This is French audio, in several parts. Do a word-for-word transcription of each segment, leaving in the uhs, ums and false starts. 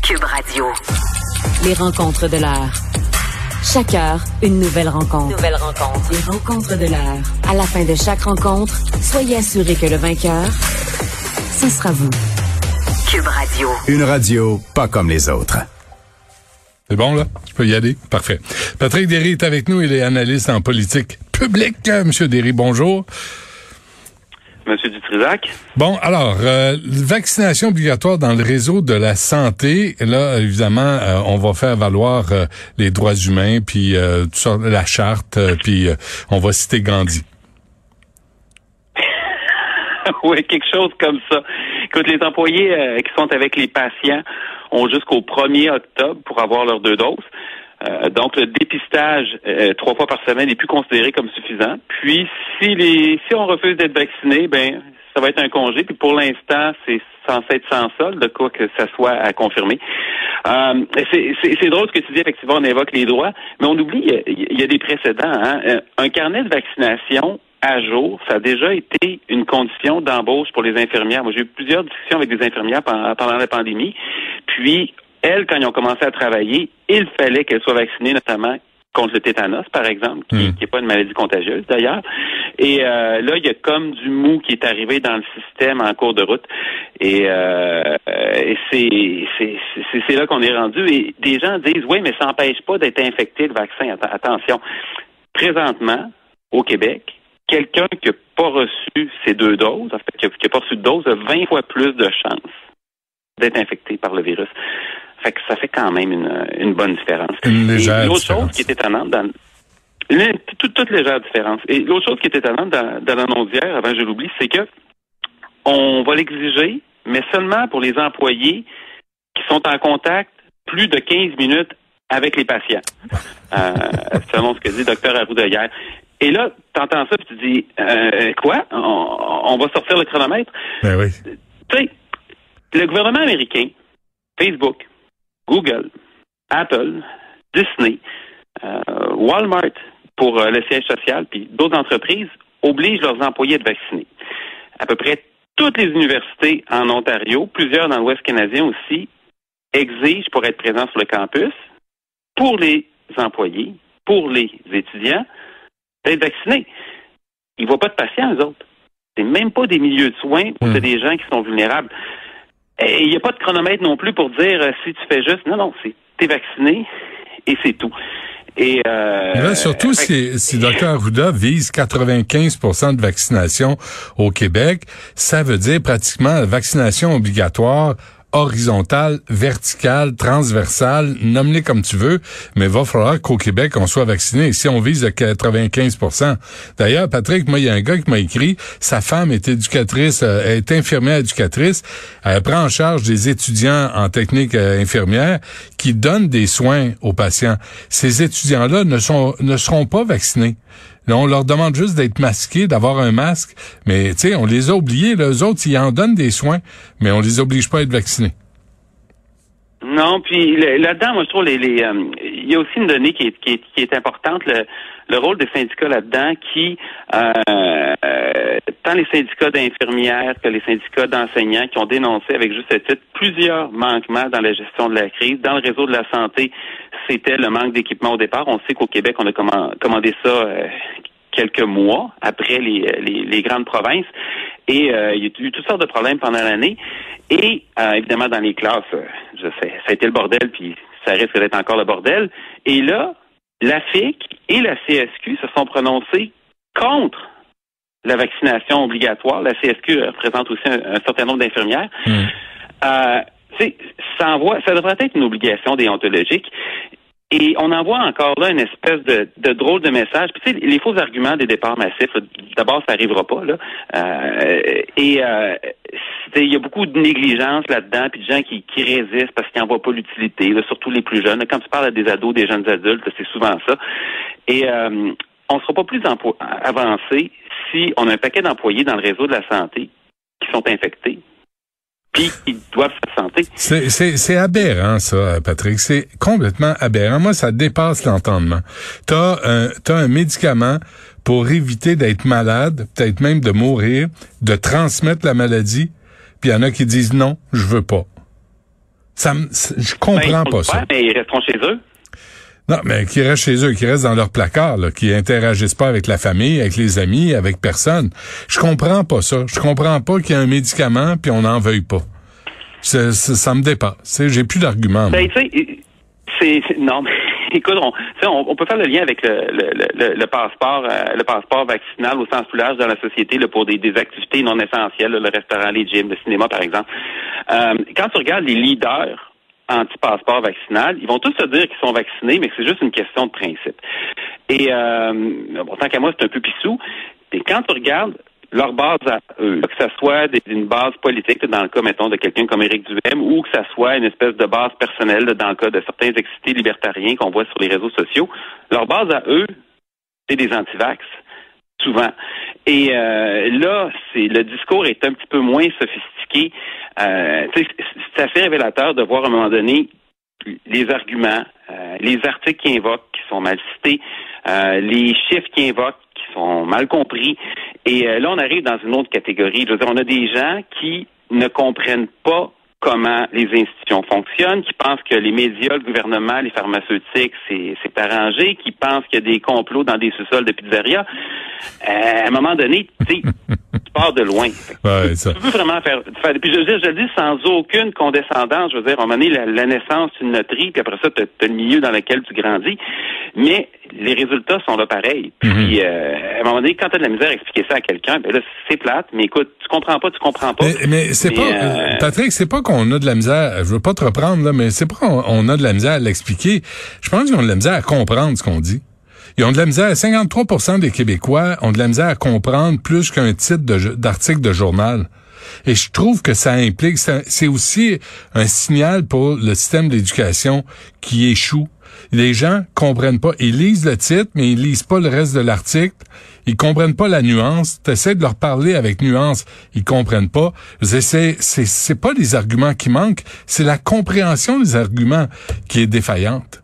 Cube Radio. Les rencontres de l'heure. Chaque heure, une nouvelle rencontre. Nouvelle rencontre. Les rencontres de l'heure. À la fin de chaque rencontre, soyez assurés que le vainqueur, ce sera vous. Cube Radio. Une radio pas comme les autres. C'est bon, là? Je peux y aller? Parfait. Patrick Derry est avec nous. Il est analyste en politique publique. Monsieur Derry, bonjour. Monsieur Dutrisac. Bon, alors, euh, vaccination obligatoire dans le réseau de la santé. Là, évidemment, euh, on va faire valoir euh, les droits humains, puis euh, tout ça, la charte, euh, puis euh, on va citer Gandhi. Oui, quelque chose comme ça. Écoute, les employés euh, qui sont avec les patients ont jusqu'au premier octobre pour avoir leurs deux doses. Euh, donc, le dépistage euh, trois fois par semaine n'est plus considéré comme suffisant. Puis, si les si on refuse d'être vacciné, ben ça va être un congé. Puis, pour l'instant, c'est censé être sans solde, de quoi que ça soit à confirmer. Euh, c'est, c'est, c'est drôle ce que tu dis, effectivement, on évoque les droits, mais on oublie, il y a des précédents. Hein? Un carnet de vaccination à jour, ça a déjà été une condition d'embauche pour les infirmières. Moi, j'ai eu plusieurs discussions avec des infirmières pendant, pendant la pandémie. Puis, elles, quand ils ont commencé à travailler, il fallait qu'elles soient vaccinées, notamment contre le tétanos, par exemple, qui n'est mmh. pas une maladie contagieuse, d'ailleurs. Et euh, là, il y a comme du mou qui est arrivé dans le système en cours de route. Et, euh, et c'est, c'est, c'est, c'est là qu'on est rendu. Et des gens disent, oui, mais ça n'empêche pas d'être infecté, le vaccin. Attention. Présentement, au Québec, quelqu'un qui n'a pas reçu ces deux doses, en fait, qui n'a pas reçu de dose, a vingt fois plus de chances d'être infecté par le virus. Fait que ça fait quand même une, une bonne différence. Une légère Et l'autre différence. chose qui est étonnante dans une, toute, toute légère différence. Et l'autre chose qui est étonnante dans, dans l'annonce d'hier, avant que je l'oublie, c'est que on va l'exiger, mais seulement pour les employés qui sont en contact plus de quinze minutes avec les patients. Euh, selon ce que dit le docteur Arruda hier. Et là, tu entends ça et tu dis, euh, quoi? On, on va sortir le chronomètre? Ben oui. Tu sais, le gouvernement américain, Facebook, Google, Apple, Disney, euh, Walmart pour euh, le siège social, puis d'autres entreprises obligent leurs employés à être vaccinés. À peu près toutes les universités en Ontario, plusieurs dans l'Ouest canadien aussi, exigent pour être présents sur le campus, pour les employés, pour les étudiants, d'être vaccinés. Ils ne voient pas de patients, eux autres. C'est même pas des milieux de soins où mmh. c'est des gens qui sont vulnérables. Et il n'y a pas de chronomètre non plus pour dire euh, si tu fais juste. Non, non, c'est t'es vacciné et c'est tout. Et euh, là, surtout euh, si, si docteur Arruda vise quatre-vingt-quinze pour cent de vaccination au Québec, ça veut dire pratiquement la vaccination obligatoire horizontale, verticale, transversale, nomme-les comme tu veux, mais il va falloir qu'au Québec, on soit vacciné. Si on vise le quatre-vingt-quinze pour cent. D'ailleurs, Patrick, moi, il y a un gars qui m'a écrit, sa femme est éducatrice, euh, est infirmière éducatrice, elle prend en charge des étudiants en technique euh, infirmière qui donnent des soins aux patients. Ces étudiants-là ne sont ne seront pas vaccinés. Là, on leur demande juste d'être masqués, d'avoir un masque. Mais, tu sais, on les a oubliés. Là, eux autres, ils en donnent des soins, mais on les oblige pas à être vaccinés. Non, puis là-dedans, moi, je trouve, les, les, euh, il y a aussi une donnée qui est, qui est, qui est importante, le, le rôle des syndicats là-dedans, qui, euh, euh, tant les syndicats d'infirmières que les syndicats d'enseignants qui ont dénoncé avec juste titre plusieurs manquements dans la gestion de la crise. Dans le réseau de la santé, c'était le manque d'équipement au départ. On sait qu'au Québec, on a commandé ça euh, quelques mois après les, les, les grandes provinces. Et euh, il y a eu toutes sortes de problèmes pendant l'année. Et euh, évidemment, dans les classes, euh, je sais, ça a été le bordel, puis ça risque d'être encore le bordel. Et là, la F I C et la C S Q se sont prononcés contre la vaccination obligatoire. La C S Q représente aussi un, un certain nombre d'infirmières. Mmh. Euh, ça envoie, ça devrait être une obligation déontologique. Et on envoie encore là une espèce de, de drôle de message. Puis tu sais, les faux arguments des départs massifs, là, d'abord, ça n'arrivera pas, là. Euh, et euh, il y a beaucoup de négligence là-dedans, puis de gens qui, qui résistent parce qu'ils n'en voient pas l'utilité, là, surtout les plus jeunes. Là, quand tu parles à des ados, des jeunes adultes, c'est souvent ça. Et euh, on ne sera pas plus empo- avancé si on a un paquet d'employés dans le réseau de la santé qui sont infectés. Puis ils doivent se santé. C'est, c'est, c'est aberrant, ça, Patrick. C'est complètement aberrant. Moi, ça dépasse l'entendement. T'as un, t'as un médicament pour éviter d'être malade, peut-être même de mourir, de transmettre la maladie, puis il y en a qui disent non, je veux pas. Ça me, je comprends ben, pas ça. Faire, mais ils resteront chez eux. Non, mais qui restent chez eux, qui restent dans leur placard, là, qui interagissent pas avec la famille, avec les amis, avec personne. Je comprends pas ça. Je comprends pas qu'il y a un médicament puis on n'en veuille pas. C'est, c'est, ça me dépasse. C'est, j'ai plus d'arguments. Ben, tu sais, c'est, c'est, non, mais écoute, on, on, on peut faire le lien avec le, le, le, le passeport, euh, le passeport vaccinal au sens plus large dans la société là, pour des, des activités non essentielles, là, le restaurant, les gyms, le cinéma, par exemple. Euh, quand tu regardes les leaders anti-passeport vaccinal, ils vont tous se dire qu'ils sont vaccinés, mais que c'est juste une question de principe. Et euh, bon, tant qu'à moi, c'est un peu pissou. Et quand tu regardes leur base à eux, que ça soit une base politique, dans le cas, mettons, de quelqu'un comme Éric Duhaime, ou que ça soit une espèce de base personnelle, dans le cas de certains excités libertariens qu'on voit sur les réseaux sociaux, leur base à eux, c'est des anti-vax, souvent. Et euh, là, c'est le discours est un petit peu moins sophistiqué. Euh, c'est assez révélateur de voir à un moment donné les arguments, euh, les articles qui invoquent, qui sont mal cités, euh, les chiffres qui invoquent, qui sont mal compris. Et euh, là, on arrive dans une autre catégorie. Je veux dire, on a des gens qui ne comprennent pas comment les institutions fonctionnent, qui pensent que les médias, le gouvernement, les pharmaceutiques, c'est, c'est arrangé, qui pensent qu'il y a des complots dans des sous-sols de pizzeria. Euh, à un moment donné, tu sais, tu pars de loin. Ouais, ça. Tu peux vraiment faire, faire... Puis je veux dire, je le dis sans aucune condescendance. Je veux dire, à un moment donné, la, la naissance, c'est une loterie, puis après ça, tu as le milieu dans lequel tu grandis. Mais les résultats sont là pareils. Puis, mm-hmm. euh, à un moment donné, quand tu as de la misère à expliquer ça à quelqu'un, ben là, c'est plate, mais écoute, tu comprends pas, tu comprends pas. Mais, mais c'est mais, pas, euh... Patrick, c'est pas qu'on a de la misère, je veux pas te reprendre, là, mais c'est pas qu'on on a de la misère à l'expliquer. Je pense qu'ils ont de la misère à comprendre ce qu'on dit. Ils ont de la misère, cinquante-trois pour cent des Québécois ont de la misère à comprendre plus qu'un titre de, d'article de journal. Et je trouve que ça implique, c'est aussi un signal pour le système d'éducation qui échoue. Les gens comprennent pas, ils lisent le titre, mais ils lisent pas le reste de l'article. Ils comprennent pas la nuance. T'essaies de leur parler avec nuance, ils comprennent pas. C'est, c'est, c'est, c'est pas les arguments qui manquent, c'est la compréhension des arguments qui est défaillante.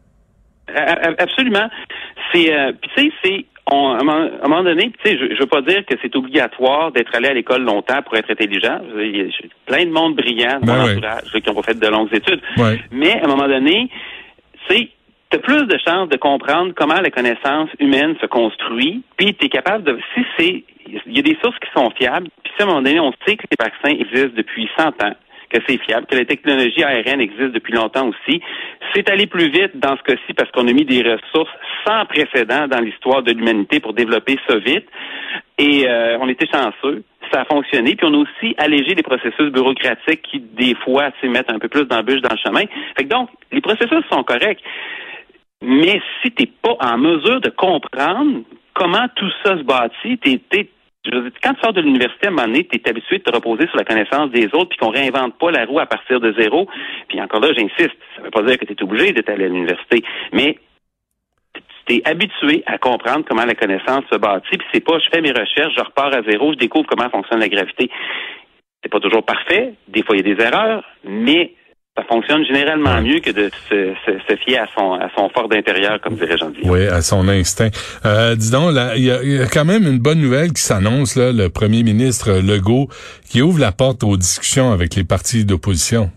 Absolument. C'est, euh, puis tu sais, c'est on, à un moment donné, tu sais, je, je veux pas dire que c'est obligatoire d'être allé à l'école longtemps pour être intelligent. Il y a plein de monde brillant dans ben mon oui. entourage qui n'ont pas fait de longues études. Ouais. Mais à un moment donné, tu sais, tu as plus de chances de comprendre comment la connaissance humaine se construit, puis tu es capable de... Si c'est... Il y a des sources qui sont fiables, puis si à un moment donné, on sait que les vaccins existent depuis cent ans, que c'est fiable, que la technologie A R N existe depuis longtemps aussi. C'est allé plus vite dans ce cas-ci parce qu'on a mis des ressources sans précédent dans l'histoire de l'humanité pour développer ça vite. Et euh, on était chanceux. Ça a fonctionné. Puis on a aussi allégé les processus bureaucratiques qui, des fois, mettent un peu plus d'embûches dans le chemin. Fait que donc, les processus sont corrects. Mais si t'es pas en mesure de comprendre comment tout ça se bâtit, t'es, t'es quand tu sors de l'université, à un moment donné, tu es habitué de te reposer sur la connaissance des autres puis qu'on réinvente pas la roue à partir de zéro. Puis encore là, j'insiste, ça veut pas dire que tu es obligé d'être allé à l'université, mais tu es habitué à comprendre comment la connaissance se bâtit. Puis c'est pas, je fais mes recherches, je repars à zéro, je découvre comment fonctionne la gravité. C'est pas toujours parfait, des fois il y a des erreurs, mais ça fonctionne généralement mieux que de se, se, se fier à son, à son fort d'intérieur, comme dirait Jean Dion. Oui, à son instinct. Euh, dis donc, il y a, y a quand même une bonne nouvelle qui s'annonce, là, le premier ministre Legault, qui ouvre la porte aux discussions avec les partis d'opposition.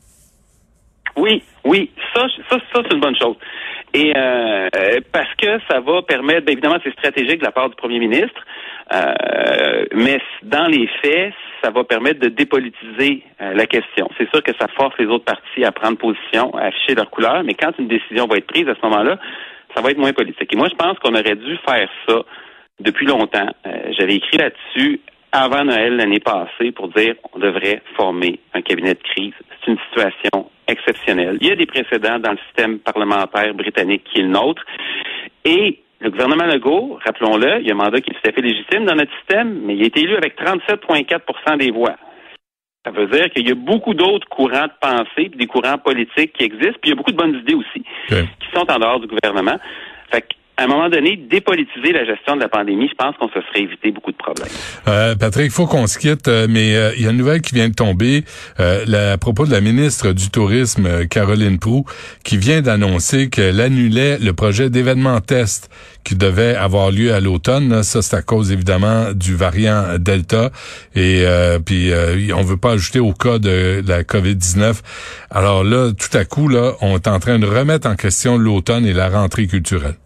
Oui, oui, ça, ça, ça c'est une bonne chose. Et euh, parce que ça va permettre, bien évidemment, c'est stratégique de la part du premier ministre, euh, mais dans les faits, ça va permettre de dépolitiser euh, la question. C'est sûr que ça force les autres partis à prendre position, à afficher leur couleur, mais quand une décision va être prise à ce moment-là, ça va être moins politique. Et moi, je pense qu'on aurait dû faire ça depuis longtemps. Euh, j'avais écrit là-dessus avant Noël l'année passée pour dire on devrait former un cabinet de crise. C'est une situation exceptionnelle. Il y a des précédents dans le système parlementaire britannique qui est le nôtre. Et le gouvernement Legault, rappelons-le, il y a un mandat qui est tout à fait légitime dans notre système, mais il a été élu avec trente-sept virgule quatre pour cent des voix. Ça veut dire qu'il y a beaucoup d'autres courants de pensée, puis des courants politiques qui existent, puis il y a beaucoup de bonnes idées aussi, okay, qui sont en dehors du gouvernement. Fait que à un moment donné, dépolitiser la gestion de la pandémie, je pense qu'on se serait évité beaucoup de problèmes. Euh, Patrick, il faut qu'on se quitte, euh, mais il euh, y a une nouvelle qui vient de tomber euh, la, à propos de la ministre du Tourisme, euh, Caroline Proulx, qui vient d'annoncer qu'elle annulait le projet d'événement test qui devait avoir lieu à l'automne. Là. Ça, c'est à cause, évidemment, du variant Delta. Et euh, puis, euh, on veut pas ajouter au cas de, de la covid dix-neuf. Alors là, tout à coup, là, on est en train de remettre en question l'automne et la rentrée culturelle.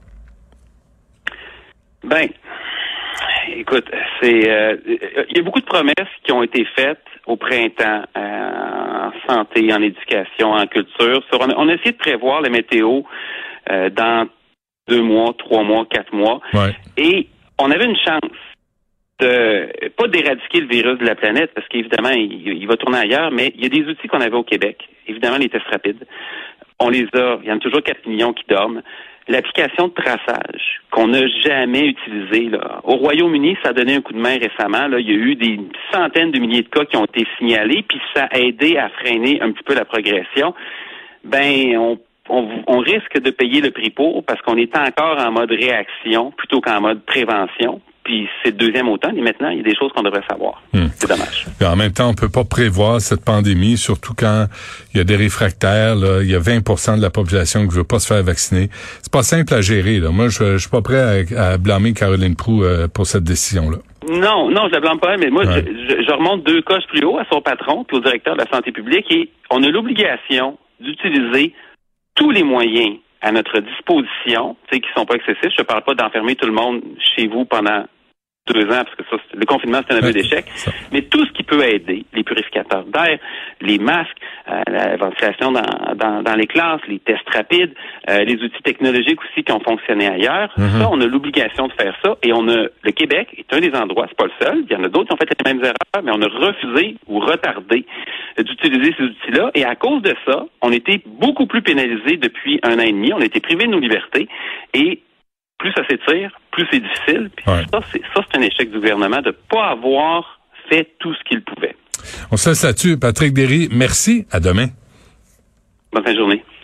Ben, écoute, c'est euh, il y a beaucoup de promesses qui ont été faites au printemps euh, en santé, en éducation, en culture. Sur, on, a, on a essayé de prévoir la météo euh, dans deux mois, trois mois, quatre mois, ouais. Et on avait une chance de pas d'éradiquer le virus de la planète parce qu'évidemment il, il va tourner ailleurs, mais il y a des outils qu'on avait au Québec. Évidemment les tests rapides, on les a. Il y en a toujours quatre millions qui dorment. L'application de traçage qu'on n'a jamais utilisée. Là. Au Royaume-Uni, ça a donné un coup de main récemment. Là. Il y a eu des centaines de milliers de cas qui ont été signalés, puis ça a aidé à freiner un petit peu la progression. Ben, on, on, on risque de payer le prix pour parce qu'on est encore en mode réaction plutôt qu'en mode prévention. Puis c'est le deuxième automne et maintenant, il y a des choses qu'on devrait savoir. Hmm. C'est dommage. Et en même temps, on peut pas prévoir cette pandémie, surtout quand il y a des réfractaires. Là, il y a vingt pour cent de la population qui veut pas se faire vacciner. C'est pas simple à gérer. Là. Moi, je, je suis pas prêt à, à blâmer Caroline Proulx euh, pour cette décision-là. Non, non, je la blâme pas, mais moi, ouais. je, je, je remonte deux coches plus haut à son patron puis au directeur de la santé publique et on a l'obligation d'utiliser tous les moyens à notre disposition, tu sais, qui sont pas excessifs. Je ne parle pas d'enfermer tout le monde chez vous pendant deux ans, parce que ça, le confinement, c'est un aveu ouais, d'échec. Ça. Mais tout ce qui peut aider, les purificateurs d'air, les masques, euh, la ventilation dans, dans, dans les classes, les tests rapides, euh, les outils technologiques aussi qui ont fonctionné ailleurs, mm-hmm. ça, on a l'obligation de faire ça. Et on a, le Québec est un des endroits, c'est pas le seul, il y en a d'autres qui ont fait les mêmes erreurs, mais on a refusé ou retardé d'utiliser ces outils-là. Et à cause de ça, on était beaucoup plus pénalisés depuis un an et demi. On a été privés de nos libertés. Et plus ça s'étire, plus c'est difficile. Puis ouais. ça, c'est, ça, c'est un échec du gouvernement de ne pas avoir fait tout ce qu'il pouvait. On se laisse là-dessus. Patrick Derry, merci. À demain. Bonne fin de journée.